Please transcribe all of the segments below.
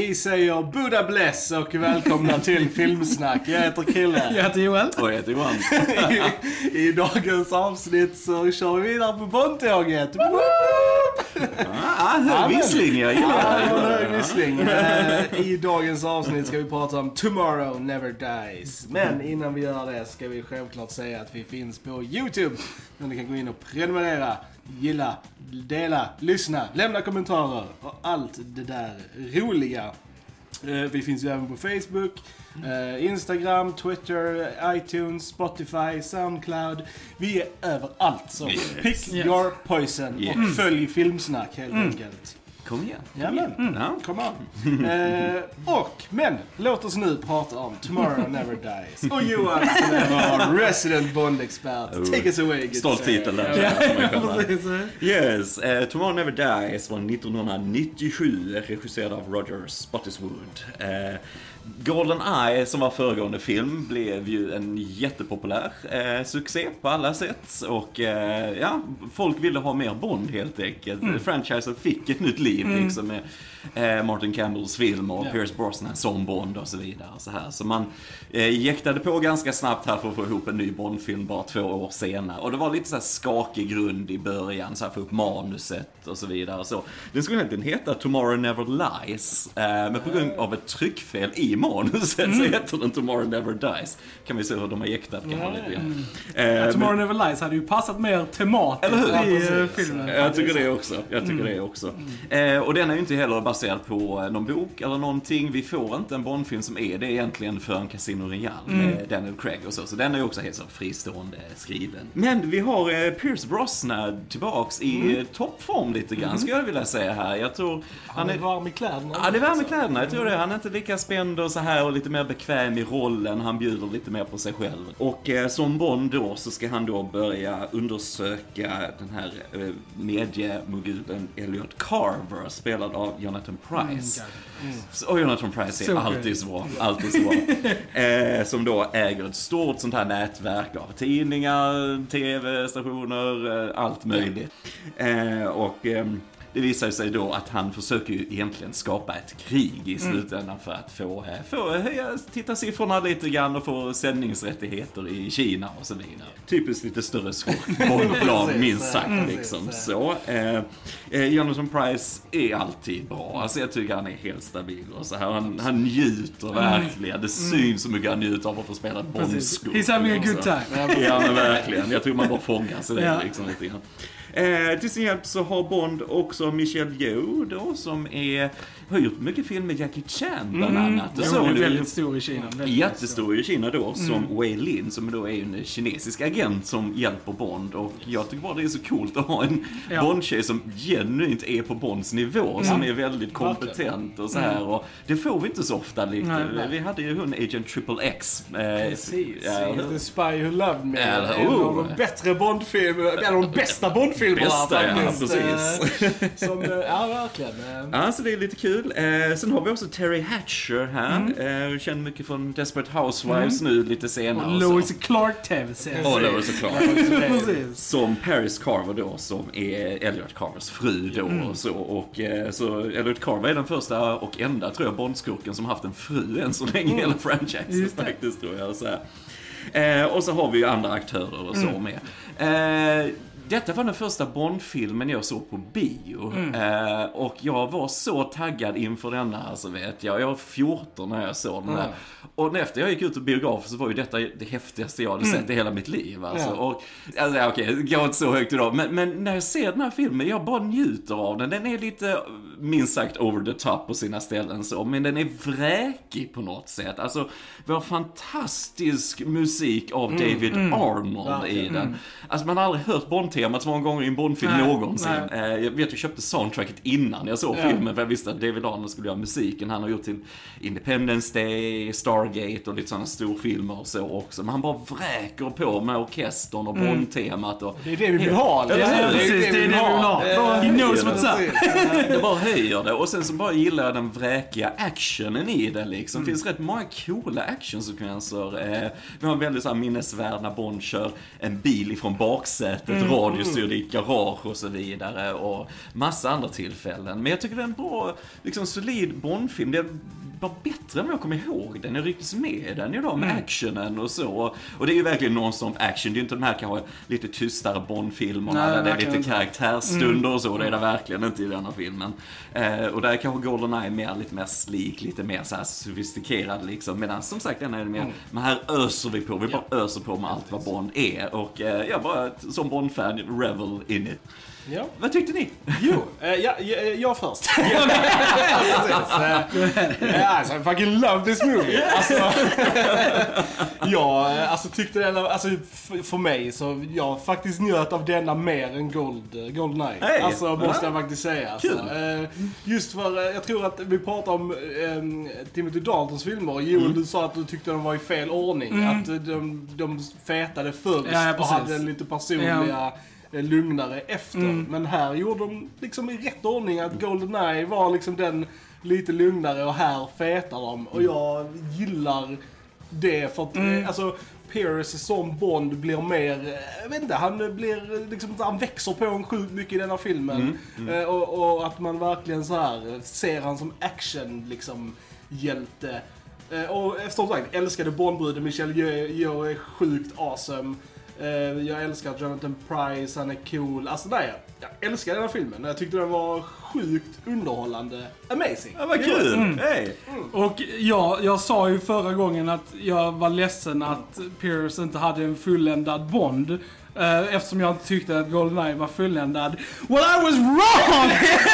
Vi säger Buddha bless och välkomna till Filmsnack. Jag heter Krille. Jag heter Joel. Och jag heter Johan. I dagens avsnitt så kör vi vidare på Bondtåget. Vissling, jag gillar vissling. I dagens avsnitt ska vi prata om Tomorrow Never Dies. Men innan vi gör det ska vi självklart säga att vi finns på YouTube. Där ni kan gå in och prenumerera, gilla, dela, lyssna, lämna kommentarer och allt det där roliga. Vi finns ju även på Facebook, Instagram, Twitter, iTunes, Spotify, Soundcloud. Vi är överallt, så pick your poison och följ Filmsnack helt enkelt. Kom igen. Kom on. Men låt oss nu prata om Tomorrow Never Dies. Och Johan som är vår resident Bond-expert. Take us away. Stolt titel där. Yes, Tomorrow Never Dies var 1997, regisserad av Roger Spottiswoode. GoldenEye, som var föregående film, blev ju en jättepopulär succé på alla sätt. Och folk ville ha mer Bond helt enkelt. Franchisen fick ett nytt liv liksom, med Martin Campbells film och Pierce Brosnan som Bond och så vidare. Så man jäktade på ganska snabbt här för att få ihop en ny Bond-film bara 2 år senare. Och det var lite så här skakig grund i början, så här för upp manuset och så vidare. Så den skulle egentligen heta Tomorrow Never Lies, men på grund av ett tryckfel i manuset så heter den Tomorrow Never Dies. Kan vi se hur de har jäktat lite. Tomorrow Never Lies hade ju passat mer tematiskt i filmen. Jag tycker det också. Och den är ju inte heller baserad på någon bok eller någonting. Vi får inte en Bond-film som är det egentligen för en Casino Royale med Daniel Craig och så den är ju också helt så fristående skriven. Men vi har Pierce Brosnan tillbaks i toppform lite grann, skulle jag vilja säga här. Jag tror han är varm i kläderna. Ja, det är varm i kläderna, jag tror det. Han är inte lika spänd och så här och lite mer bekväm i rollen. Han bjuder lite mer på sig själv. Och som Bond då så ska han då börja undersöka den här mediemogulen Elliot Carver, spelad av Jonathan Pryce. Och Jonathan Pryce är alltid så bra. Som då äger ett stort sånt här nätverk av tidningar, tv-stationer, allt möjligt. Det visar sig då att han försöker ju egentligen skapa ett krig i slutändan för att få höja tittarsiffrorna lite grann och få sändningsrättigheter i Kina och så vidare. Typiskt lite större skålplan, minst sagt liksom. Så Jonathan Pryce är alltid bra. Alltså jag tycker han är helt stabil och så här. Han njuter verkligen. Det syns så mycket han njuter av att få spela ett bondskull. He's having a good time. Ja, men verkligen. Jag tror man bara fångar sig det liksom lite grann. Till sin hjälp så har Bond också Michelle Yeoh då, som har gjort mycket film med Jackie Chan bland annat. Hon är väldigt stor i Kina. Jättestor i Kina då, som Wei Lin, som då är en kinesisk agent som hjälper Bond. Och jag tycker bara det är så coolt att ha en Bond-tjej som genuint är på Bonds nivå, som är väldigt kompetent och så här. Och det får vi inte så ofta vi hade ju hon Agent Triple X. Precis. The Spy Who Loved Me. En av de bättre Bond-filmer, en av de bästa Bond-filmerna faktiskt. Precis. Som, verkligen. Ja, så det är lite kul. Sen har vi också Terry Hatcher här. Känner mycket från Desperate Housewives nu lite senare. Och Lois Clark TV-serien. Och Lois Clark. Som Paris Carver då, som är Elliot Carvers fru då. Så Elliot Carver är den första och enda, tror jag, Bondskurken som haft en fru än så länge i hela franchisen faktiskt, tror jag. Och så har vi ju andra aktörer och så med. Detta var den första Bond-filmen jag såg på bio. Och jag var så taggad inför denna, alltså vet jag. Jag var 14 när jag såg den här. Och efter jag gick ut ur biografen så var ju detta det häftigaste jag hade sett i hela mitt liv. Alltså. Och, okej, det går inte så högt idag. Men när jag ser den här filmen, jag bara njuter av den. Den är lite, minst sagt, over the top på sina ställen så. Men den är vräkig på något sätt. Alltså, vi har fantastisk musik av David Arnold i den. Alltså, man har aldrig hört Bond-temat så många gånger i en Bond-film någonsin. Jag vet, jag köpte soundtracket innan jag såg filmen, för jag visste att David Arnold skulle göra musiken. Han har gjort till Independence Day, Stargate och lite sådana storfilmer och så också. Men han bara vräker på med orkestern och Bond-temat. Och det är det vi vill ha. Det är det vi vill ha. He knows what's up. Det bara höjer det. Och sen så bara gillar jag den vräkiga actionen i det liksom. Det finns rätt många coola actionsekvenser. Vi har väldigt så här minnesvärd när Bond kör en bil ifrån baksätet rakt radiostudio i ett garage och så vidare och massa andra tillfällen. Men jag tycker det är en bra, liksom solid Bond-film. Det var bättre än jag kommer ihåg den. Jag rycktes med den idag med actionen och så. Och det är ju verkligen non-stop action. Det är ju inte de här kanske lite tystare Bond-filmerna där det är lite karaktärsstunder och så. Det är det verkligen inte i denna filmen. Och där är kanske GoldenEye lite mer slik, lite mer så här sofistikerad liksom. Medan som sagt den är mer, men här öser vi på. Vi bara öser på med allt vad Bond är. Och jag bara som Bond-fan revel in it. Ja. Vad tyckte ni? Jo, jag först. Alltså, I fucking love this movie. Jag tyckte den, för mig så jag faktiskt njöt av denna mer än GoldenEye. Hey. Måste jag faktiskt säga. Just för, jag tror att vi pratar om Timothy Daltons filmer. Och Joel, du sa att du tyckte de var i fel ordning. Att de fätade först och hade lite personliga... lugnare efter. Men här gjorde de liksom i rätt ordning att GoldenEye var liksom den lite lugnare och här fätar de. Och jag gillar det för att Pierce som Bond blir mer, jag vet inte, han växer på en sjukt mycket i denna filmen. Och att man verkligen så här ser han som action liksom hjälte. Och som sagt, älskade Bondbruden Michelle Yeoh är sjukt awesome. Jag älskar Jonathan Pryce, han är cool. Jag älskar den här filmen. Jag tyckte den var sjukt underhållande. Amazing. Ja, vad kul. Hey. Och jag sa ju förra gången att jag var ledsen att Pierce inte hade en fulländad Bond. Eftersom jag inte tyckte att GoldenEye var fulländad. Well, I was wrong!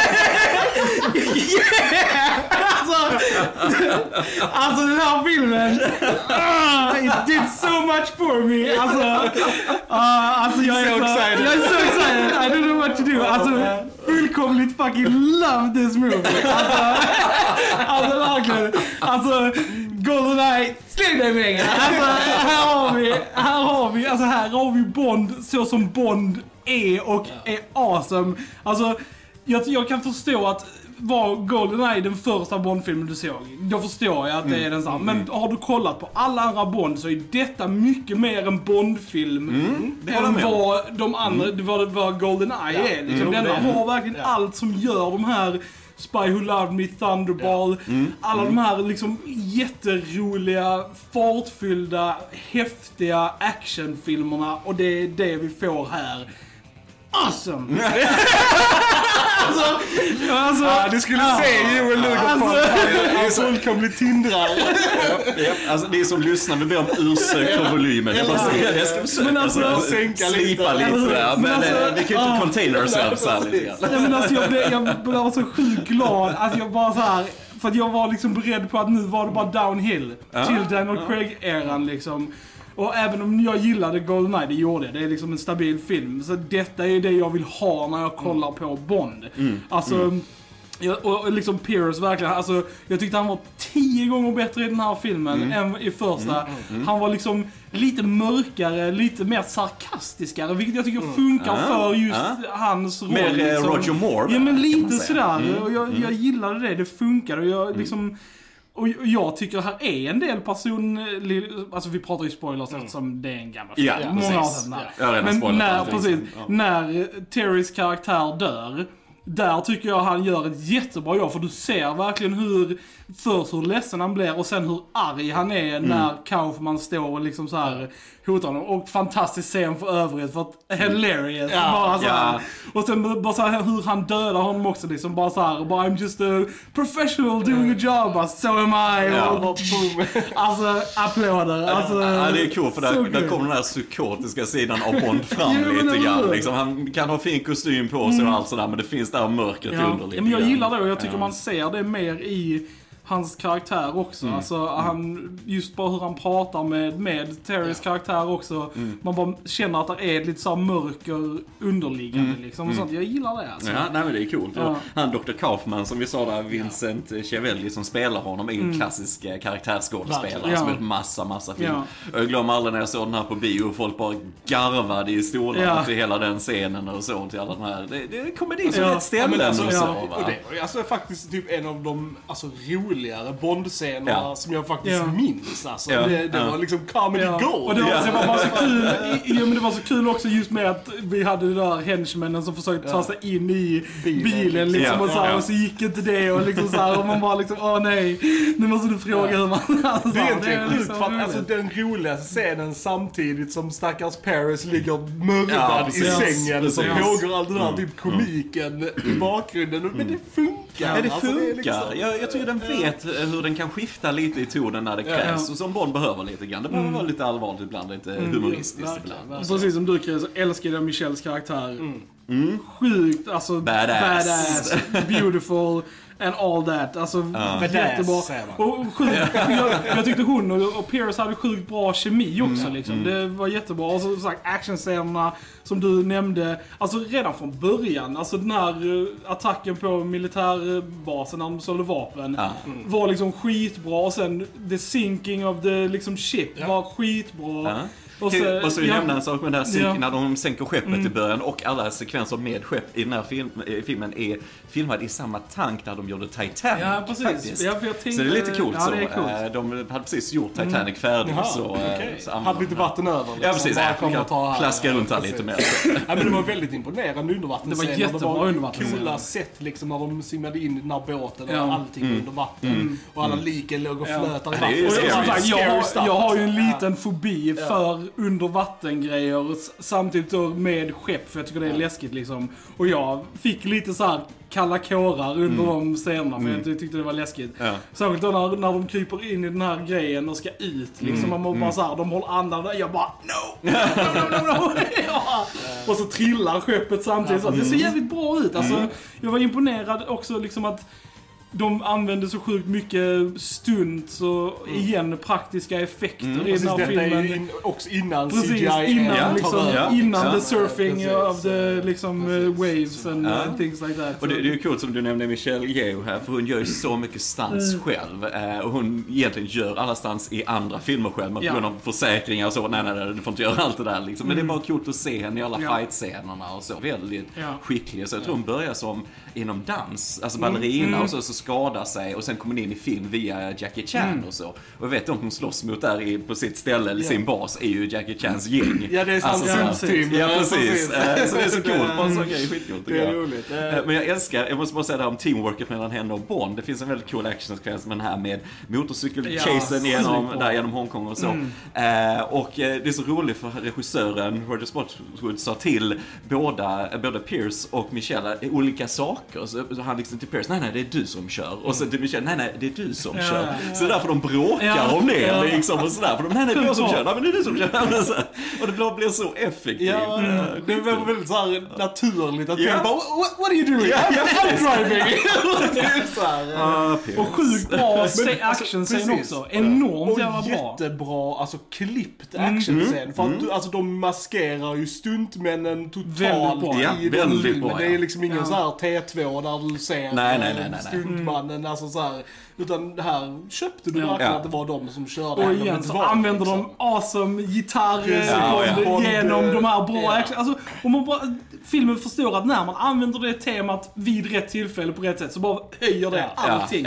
Alltså den här filmen, it did so much for me. Jag är så excited. I don't know what to do. Fullkomligt fucking love this movie. Verkligen. GoldenEye, släng dig med. Här har vi Bond så som Bond är och är awesome. Jag kan förstå att var GoldenEye den första Bond-filmen du såg. Då förstår jag att det är den samma. Men har du kollat på alla andra Bond så är detta mycket mer en Bond-film än vad de andra, vad GoldenEye är. Liksom. Den har verkligen allt som gör de här Spy Who Loved Me, Thunderball, alla de här liksom jätteroliga, fartfyllda, häftiga actionfilmerna, och det är det vi får här. Awesome! Du skulle se Joel Luger på en fullkomligt tindrad. Det är som lyssnar, vi ber om ursäkt för volymen. Jag ska försöka sänka slipa lite där. Men vi kan ju inte contain ourselves här lite grann. Jag var så sjukt glad att jag bara så här, för att jag var liksom beredd på att nu var det bara downhill till Daniel Craig-eran liksom. Och även om jag gillade GoldenEye, det gjorde jag. Det är liksom en stabil film. Så detta är det jag vill ha när jag kollar på Bond. Och liksom Pierce verkligen, jag tyckte han var 10 gånger bättre i den här filmen än i första. Han var liksom lite mörkare, lite mer sarkastiskare, vilket jag tycker funkar för just hans roll. Mer liksom. Roger Moore. Ja, men lite sådär. Och jag gillade det funkar. Och jag liksom... Och jag tycker här är en del vi pratar ju spoilers eftersom det är en gammal film. Ja, många år sedan. Men när Terrys karaktär dör, där tycker jag han gör ett jättebra jobb, för du ser verkligen hur ledsen han blir och sen hur arg han är när Kaufman står och liksom så här hotar honom. Och fantastisk scen för övrigt, för att hilarious. Och sen bara så här, hur han dödar honom också liksom, bara så här, I'm just a professional doing a job, so am I. Applåder. Det är cool, för där kommer den här psykotiska sidan av Bond fram lite grann. Liksom, han kan ha fin kostym på sig och allt sådär, men det finns där mörkret under lite. Men jag gillar det, och jag tycker man ser det mer i hans karaktär också. Han, just bara hur han pratar med Terrys karaktär också. Man bara känner att det är lite så mörker underliggande liksom. Och sånt. Jag gillar det alltså. Men det är coolt. Och han Dr. Kaufman som vi sa där, Vincent Chiavelli som spelar honom, är ju en klassisk karaktärsskådespelare som har massa film. Jag glömmer aldrig när jag såg den här på bio och folk bara garvade i stolarna till hela den scenen och så till alla de här. Det är komedi som ett ställe. Och det är faktiskt typ en av de roligaste roligare Bond-scener som jag faktiskt minns. Alltså. Det var liksom comedy gold. Och det var så kul. Men det var så kul också just med att vi hade det där henchmännen som försökte ta sig in i bilen liksom, och så gick inte det och liksom så här, och man bara liksom, nej, nu måste du fråga hur man... Alltså, det är egentligen sjukt för att alltså, den roligaste scenen samtidigt som stackars Paris ligger mördad i sängen så pågår all den här typ komiken i bakgrunden. Men det funkar. Ja, det funkar. Det är liksom, jag tycker den vet hur den kan skifta lite i tonen när det krävs. Och som Bond behöver lite grann. Det behöver vara lite allvarligt ibland, lite humoristiskt ibland. Precis som du, Chris, så älskade jag Michelles karaktär. Sjukt, alltså badass, beautiful and all that. Alltså jättebra. Och jag tyckte hon och Pierce hade sjukt bra kemi också liksom. Det var jättebra. Och så sagt actionscenerna som du nämnde, alltså redan från början, alltså den här attacken på militärbasen när de sålde vapen var liksom skitbra, och sen the sinking of the liksom ship var skitbra. Och så nämna en sak med den här när de sänker skeppet i början, och alla sekvenser med skepp i den här filmen är filmad i samma tank där de gjorde Titanic. Ja, precis. Så det är lite coolt. Så. De hade precis gjort Titanic färdig. Så hade lite vatten över. Liksom. Ja, precis. Klaska runt här lite mer. Men det var väldigt imponerande undervatten. Det var jättebra undervatten. Coola sätt liksom när de simmade in i den här båten och allting under vatten. Och alla liken låg och flötade i vatten. Jag har ju en liten fobi för undervattengrejer samtidigt då med skepp, för jag tycker det är läskigt liksom. Och jag fick lite så här kalla kårar under de scenerna, för jag tyckte det var läskigt. Särskilt då när de kryper in i den här grejen och ska ut liksom, man bara så här, de håller andan där, jag bara no. Och så trillar skeppet samtidigt, så det ser jävligt bra ut. Alltså, jag var imponerad också liksom att de använde så sjukt mycket stunts och praktiska effekter i den här filmen. Också innan CGI. Innan the surfing of the liksom waves and things like that. Och det är ju coolt som du nämnde Michelle Yeoh här, för hon gör ju så mycket stunts själv. Och hon egentligen gör alla stunts i andra filmer själv, på grund av försäkringar och så. Nej, du får inte göra allt det där liksom. Men det är bara coolt att se henne i alla fight-scenerna och så. Väldigt skicklig. Så jag tror hon börjar som inom dans, alltså ballerina och så skadar sig, och sen kommer in i film via Jackie Chan och så. Och jag vet att hon slåss mot där på sitt ställe, eller sin bas, är ju Jackie Chans gäng. Ja, det är sant. Ja, precis. Så det är så coolt. Bara en sån grej, skitcoolt. Det är roligt. Men jag måste bara säga det här om teamworket mellan henne och Bond. Det finns en väldigt cool actionsekvens med den här med motorcykelchasen genom Hongkong och så. Och det är så roligt för regissören Roger Spottiswoode sa till både Pierce och Michelle olika saker. Så han liksom till Pierce, nej, det är du som kör. Och så till Michelle, nej, det är du som kör. Så därför de bråkar om det liksom, och sådär. För de, nej, det är jag som kör. Nej, men det är du som kör. Och det blir så effektivt. Ja, det var väldigt så här naturligt att tänka, what are you doing? I'm driving. Det är så här. Och sjukt bra actionscen också. Enormt jävla bra. Jättebra, alltså klippt actionscen. För att alltså, de maskerar ju stuntmännen totalt i den filmen. Det är liksom ingen så här T2 där du ser stuntmannen, alltså så här. Utan det här köpte du verkligen att det var de som körde. Och igen så använder de awesome gitarrer genom de här bra action. Alltså, om man bara, filmen förstår att när man använder det temat vid rätt tillfälle på rätt sätt så bara höjer det allting.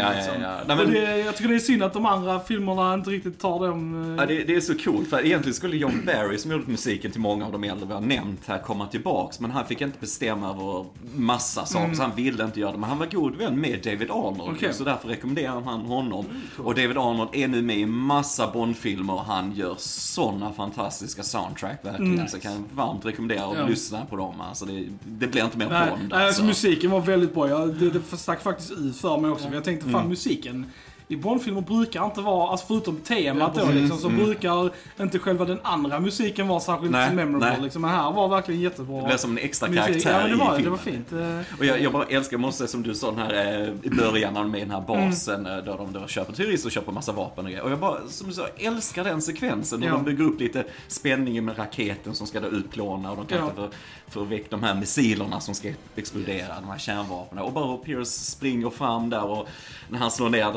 Jag tycker det är synd att de andra filmerna inte riktigt tar dem. Det är så coolt, för egentligen skulle John Barry, som gjort musiken till många av de äldre vi har nämnt här, komma tillbaks. Men han fick inte bestämma över massa saker, så han ville inte göra det. Men han var god vän med David Arnold, så därför rekommenderar han honom. Och David Arnold är nu med i massa Bond-filmer och han gör såna fantastiska soundtrack verkligen. Så jag kan varmt rekommendera att lyssna på dem. Alltså det blir inte mer Bond. Alltså musiken var väldigt bra. Det stack faktiskt ut för mig också. Jag tänkte, fan, musiken i Bond-filmer brukar inte vara, alltså förutom temat då liksom, så brukar inte själva den andra musiken vara särskilt memorable liksom. Men här var verkligen jättebra. Det blev som en extra karaktär i filmen. Det var fint. Och jag bara älskar, måste säga, som du sa, den här i början med den här basen där de då köper terrorister och köper massa vapen och grejer. Och jag bara, som du sa, älskar den sekvensen där de bygger upp lite spänningen med raketen som ska då utplåna, och de kan inte få väck de här missilerna som ska explodera, de här kärnvapnen. Och bara Pierce springer fram där, och när han slår ner den här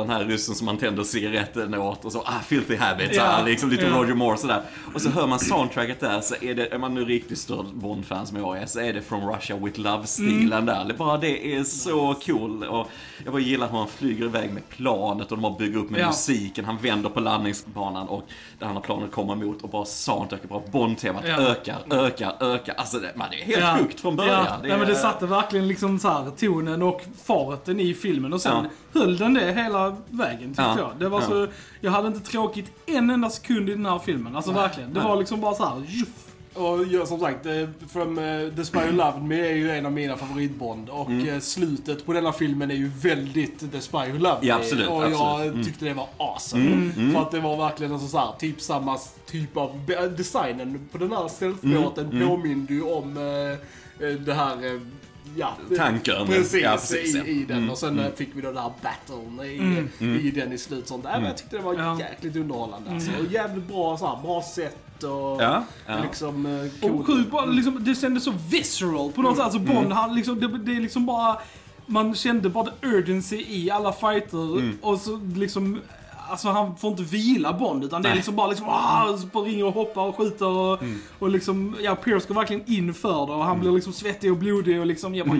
ryssen som man tänder cigaretten åt och så, filthy habits, liksom lite Roger Moore sådär. Och så hör man soundtracket där, så är man nu riktigt störd Bond-fan som jag är, så är det From Russia with Love-stilen där. Det är så cool. Och jag bara gillar att man flyger iväg med planet och de har byggt upp med musiken. Han vänder på landningsbanan och där han har planet kommer emot och bara soundtracket, bara Bond-temat ökar. Alltså det är helt sjukt från början. Men det satte verkligen liksom så här tonen och farten i filmen och sen höll den det hela vägen tyckte jag. Det var så, jag hade inte tråkigt en enda sekund i den här filmen. Alltså verkligen. Det var liksom bara så här. Och som sagt, From The Spy Who Loved Me är ju en av mina favoritbond. Och slutet på denna filmen är ju väldigt The Spy Who Loved Me. Ja, absolut, och jag tyckte det var awesome. För att det var verkligen alltså så här, typ samma typ av designen på den här stealth-båten påminner ju om det här... tanken. Precis, i den. Och sen fick vi då den här battlen i den i slut. Sånt. Men jag tyckte det var jäkligt underhållande. Alltså. Och jävligt bra, så här, bra sätt. Och liksom och sjukt bra, liksom, det kändes så visceral på något sätt. Alltså Bond, han, liksom, det är liksom bara... Man kände bara the urgency i alla fighter. Och så liksom... Alltså han får inte vila Bond, utan det är liksom bara liksom, ringer och hoppar och skjuter och liksom, Pierce går verkligen in för det och han blir liksom svettig och blodig och liksom, jag bara,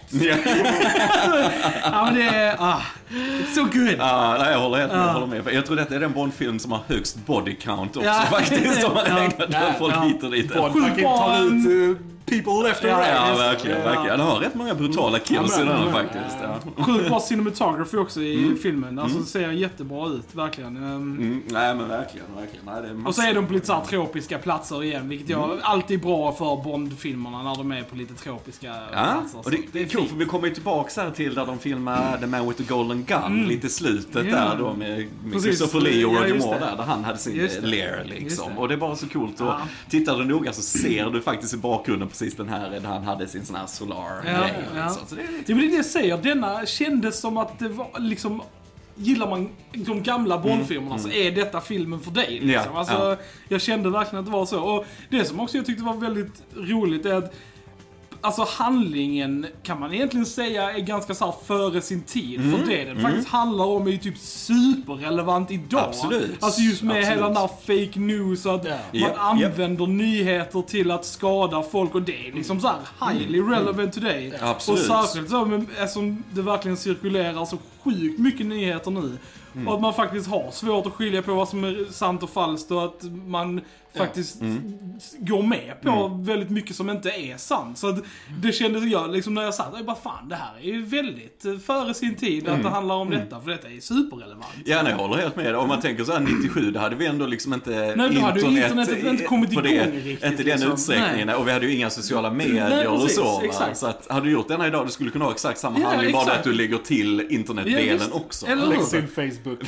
men det är, it's so good. Nej, jag håller med. Jag tror detta är den Bond-film som har högst body count också faktiskt, om man räknar folk hit och dit. Bond tar ut people left and right. Ja, verkligen. Han har rätt många brutala kills i den faktiskt. Sjukt bra cinematography också i filmen. Alltså det ser jättebra ut, verkligen. Nej, men verkligen. Nej, det är och så är de på lite så här tropiska platser igen, vilket jag alltid är bra för Bond-filmerna när de är på lite tropiska platser. Och det är kul, för vi kommer ju tillbaka här till där de filmar The Man with the Golden Gun, lite slutet där då med Christopher Lee och Roger Moore där han hade sin lair liksom. Och det är bara så coolt. Och tittar du noga så ser du faktiskt i bakgrunden precis den här där han hade sin sån här solar-grej. Så det är lite... det jag säger, denna kändes som att det var liksom, gillar man de gamla Bond-filmerna så är detta filmen för dig liksom. Alltså, jag kände verkligen att det var så. Och det som också jag tyckte var väldigt roligt är att alltså handlingen kan man egentligen säga är ganska så här före sin tid. För det den faktiskt handlar om är ju typ superrelevant idag. Absolut. Alltså just med hela den där fake news att man använder nyheter till att skada folk och det är liksom så här highly relevant today. Absolut. Och särskilt så eftersom det verkligen cirkulerar så sjukt mycket nyheter nu. Och att man faktiskt har svårt att skilja på vad som är sant och falskt och att man faktiskt går med på väldigt mycket som inte är sant. Så att det kändes jag liksom när jag satt och bara fan, det här är ju väldigt före sin tid att det handlar om detta, för detta är superrelevant. Ja, nej, jag håller helt med. Om man tänker så här 97, då hade vi ändå liksom inte internet inte kommit igång riktigt. Inte den utsträckningen. Och vi hade ju inga sociala medier och så. Så att hade du gjort den här idag, du skulle kunna ha exakt samma handling, bara att du lägger till internetdelen också. Lägg till Facebook.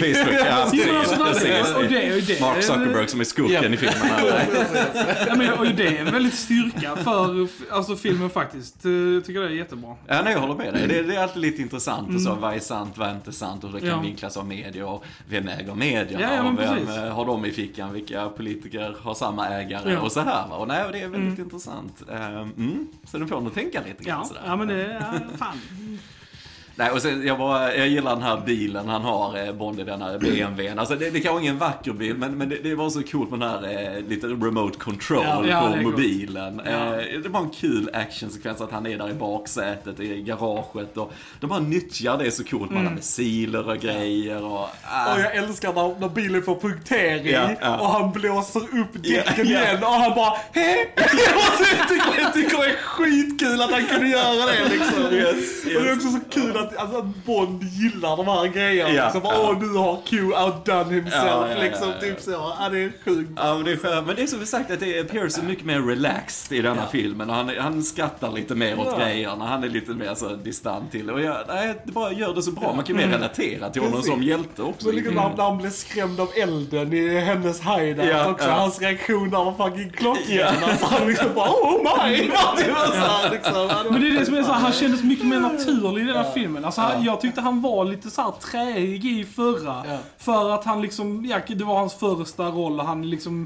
Mark Zuckerberg som är skurken i filmen. Och det är en väldigt styrka för alltså, filmen faktiskt. Jag tycker det är jättebra. Ja, nej, jag håller med dig. Det är alltid lite intressant och så, vad är sant, vad är inte sant, och det kan vinklas av media och vem äger media och vem har de i fickan, vilka politiker har samma ägare och så här. Och nej, det är väldigt intressant. Så du får nog tänka lite grann sådär. Ja, men det är fan. Nej, och sen, jag gillar den här bilen han har, Bond i den här BMWn. Alltså det kan vara ingen vacker bil, men det var så coolt med den här lite remote control på mobilen. Det var en kul actionsekvens att han är där i baksätet i garaget och de bara nyttjar det så coolt med missiler och grejer. Och jag älskar när bilen får punktering och han blåser upp däcken igen och han bara jag tycker det är skitkul att han kunde göra det liksom. Och det är också så kul att Bond gillar de här grejerna. Nu har Q outdone himself. Liksom, typ så. Det är sjukt. Ja, men det är skönt. Men det är som vi sagt att Pierce är mycket mer relaxed i den här filmen. Och han skrattar lite mer åt grejerna. Han är lite mer så distant till. Och det bara gör det så bra. Man kan mer relatera till honom som hjälte också. Så när han blev skrämd av elden i hennes hideout också. Hans reaktion där var fucking klockren. Alltså, han liksom bara, oh my! Men det är det som är så här, han kändes mycket mer naturlig i den här filmen. Alltså, jag tyckte han var lite så här träig i förra. För att han liksom, det var hans första roll och han liksom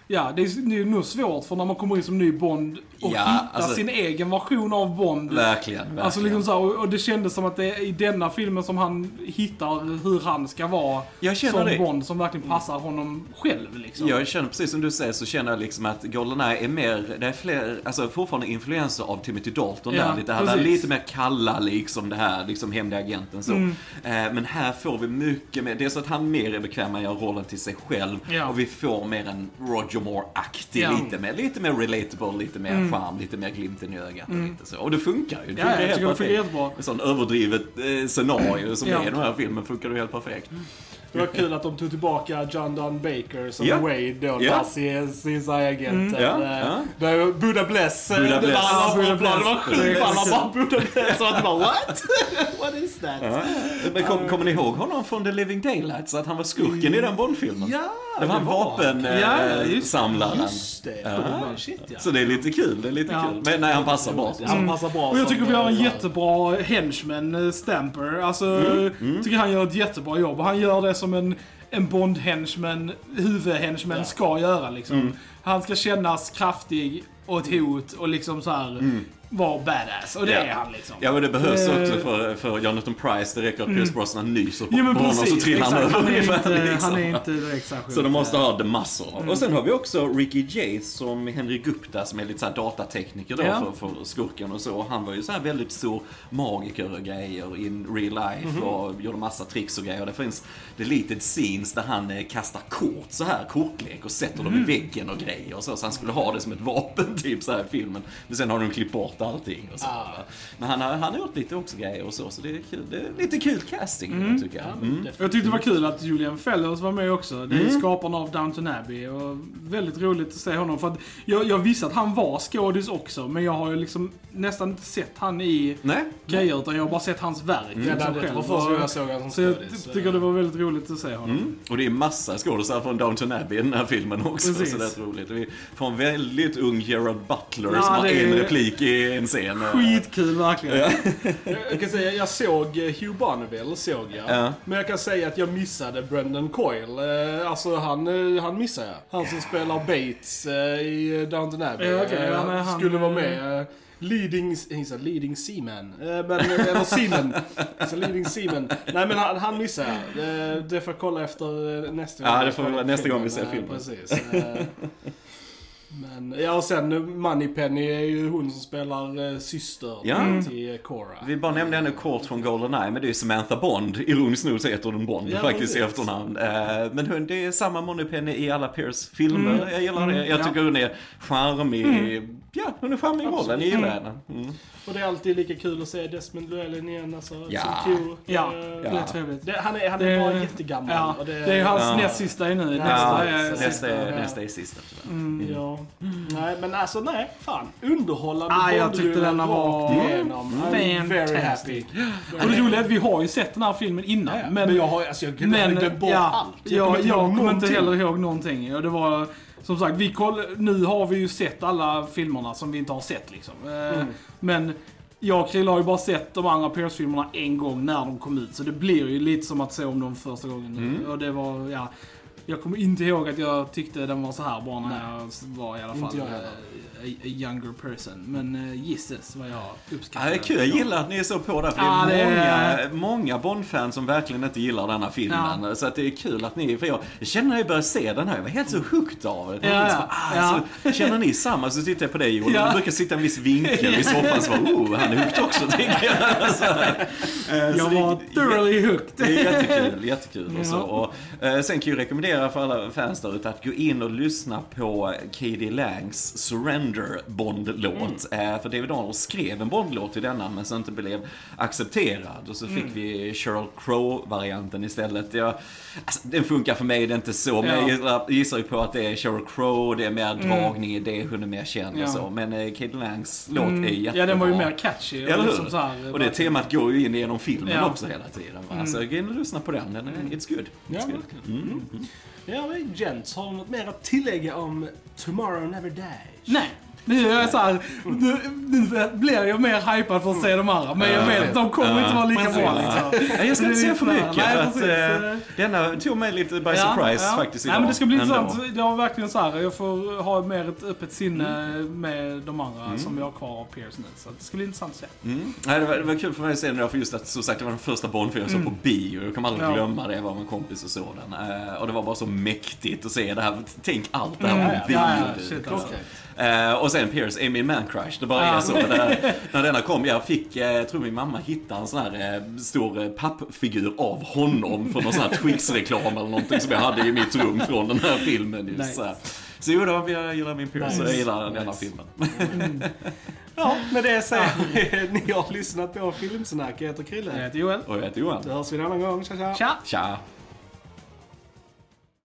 Ja, det är nog svårt för när man kommer in som ny Bond och hitta sin egen version av Bond. Verkligen. Alltså liksom så här, och det kändes som att det är i denna filmen som han hittar hur han ska vara som Bond som verkligen passar honom själv liksom. Jag känner precis som du säger, så känner jag liksom att GoldenEye är mer, det är fler, alltså fortfarande influenser av Timothy Dalton där lite. Han är lite mer kalla liksom det här, liksom hemliga agenten så. Men här får vi mycket mer, det är så att han mer är bekväm med att göra rollen till sig själv och vi får mer en Roger Moore-aktig, lite mer relatable, lite mer charm, lite mer glimten i ögat och lite så. Och det funkar ju. Det funkar helt bra. En sån överdrivet scenario som är i den här filmen funkar det helt perfekt. Det var kul att de tog tillbaka John Don Baker som Wade då, CIA-agenten. Buddha Bless. Det var skitball. Han bara Buddha Bless. Så att det var what? What is that? Men kommer ni ihåg honom från The Living Daylights? Att han var skurken i den Bondfilmen? Ja, det var en vapensamlaren. Just det. Så det är lite kul. Kul. Men nej, han passar bra. Och jag tycker vi har en jättebra henchman, Stamper. Alltså, tycker han gör ett jättebra jobb. Och han gör det som en Bond-henchman, huvudhenchman ska göra liksom. Han ska kännas kraftig och ett hot och liksom så här vara badass. Och det är han liksom. Ja, men det behövs också för Jonathan Price. Det räcker att Pierce Brosnan nyser på honom så trillar han över. Han är inte direkt särskilt. Så de måste ha the muscle. Och sen har vi också Ricky Jay som Henry Gupta som är lite så här datatekniker då för skurken och så. Han var ju så här väldigt stor magiker och grejer in real life och gjorde massa tricks och grejer. Det finns deleted scenes där han kastar kort så här, kortlek och sätter dem i väggen och grejer och så han skulle ha det som ett vapen typ så här i filmen. Men sen har de klippt bort allting och så. Men han har gjort lite också grejer och så det är kul. Det är lite kul casting tycker jag. Jag tyckte det var kul att Julian Fellows var med också. Det är skaparna av Downton Abbey och väldigt roligt att se honom för att jag visste att han var skådis också, men jag har ju liksom nästan inte sett han i grejer utan jag har bara sett hans verk så jag tycker det var väldigt roligt att se honom. Och det är massa skådespelare från Downton Abbey i den här filmen också. Så det är roligt. Vi får en väldigt ung Gerard Butler som har en replik i en scen. Skitkul verkligen. Jag kan säga jag såg Hugh Bonneville men jag kan säga att jag missade Brendan Coyle. Alltså han missade jag. Han som spelar Bates i Downton Abbey. Skulle vara med. He's a leading seaman. Eller seaman. He's a leading seaman. Nej men han missar jag. Det får jag kolla efter nästa gång. Ja, det får vi nästa gång vi ser filmen. Precis. Men, och sen Moneypenny är ju hon som spelar syster till Cora. Vi bara nämnde henne kort från GoldenEye, men det är Samantha Bond. Ironiskt nog så heter hon Bond faktiskt i efternamn. Men det är samma Moneypenny i alla Pierce-filmer. Jag gillar det. Jag tycker hon är charmig. Ja, hon är charmig i rollen. Jag gillar henne. Och det är alltid lika kul att se Desmond Llewellyn igen. Alltså, det är trevligt. Han är bara jättegammal. Ja, och det är hans näst sista nu. Nästa är sista. Nej, men alltså fan. Underhållande. Jag tyckte den var fantastic. Och det roliga är att vi har ju sett den här filmen innan. Men jag har glömt bort allt. Jag kommer inte heller ihåg någonting. Och det var... Som sagt, nu har vi ju sett alla filmerna som vi inte har sett liksom. Men jag och Krill har ju bara sett de andra Pierce-filmerna en gång när de kom ut. Så det blir ju lite som att se om dem första gången. Och det var, jag kommer inte ihåg att jag tyckte den var så här bra när jag var i alla fall a younger person. Men gisses vad jag uppskattar. Det är kul, jag gillar att ni är så på där. För det är många Bond-fans som verkligen inte gillar den här filmen. Så att det är kul att ni, för jag känner när jag började se den här, jag var helt så hooked av det. Så känner ni samma så tittar jag på dig Joel. Du brukar sitta en viss vinkel i soffan så var han är hooked också, tänker jag. Jag var thoroughly hooked. Det är jättekul. Och så. Och, sen kan jag rekommendera för alla fans där ute att gå in och lyssna på K.D. Langs Surrender Bond-låt. För David Arnold skrev en Bond-låt till denna men sen inte blev accepterad. Och så fick vi Sheryl Crow-varianten istället. Alltså, den funkar för mig, det är inte så. Men jag gissar ju på att det är Sheryl Crow, det är mer dragning i det, hon är mer känd och så. Men K.D. Langs låt är jättebra. Ja, den var ju mer catchy. Eller liksom så här, och det temat går ju in genom filmen också hela tiden. Så gå in och lyssna på den. It's good. Ja, men Gents, har något mer att tillägga om Tomorrow Never Dies? Nej, Nu är jag så här, nu blir jag mer hypad för att se de andra. Men jag vet att de kommer inte vara lika bra. Liksom. Jag ska inte säga för mycket. Nej, denna tog mig lite by surprise faktiskt idag. Nej, men det ska bli intressant. Det var verkligen så här. Jag får ha mer ett öppet sinne med de andra som vi har kvar av Pierce nu. Så det ska bli intressant att se. Nej, det var kul för mig att se den för just att så sagt det var den första Bond-filmen jag såg på bio. Jag kommer aldrig glömma det. Jag var med en kompis och så den. Och det var bara så mäktigt att se det här. Tänk allt det här på bio. Och sen Pierce är min man-crush. Det bara är så. När denna kom, jag tror min mamma hittade en sån här stor pappfigur av honom från någon sån här Twix-reklam eller någonting som jag hade i mitt rum från den här filmen. Just så. Så jo, då jag gillar min Pierce och jag gillar denna filmen. Ja, med det säger ni har lyssnat på Filmsnack. Jag heter Krille. Jag heter Joel. Och jag heter Johan. Då hörs vi en annan gång. Tja, tja. Tja. Tja.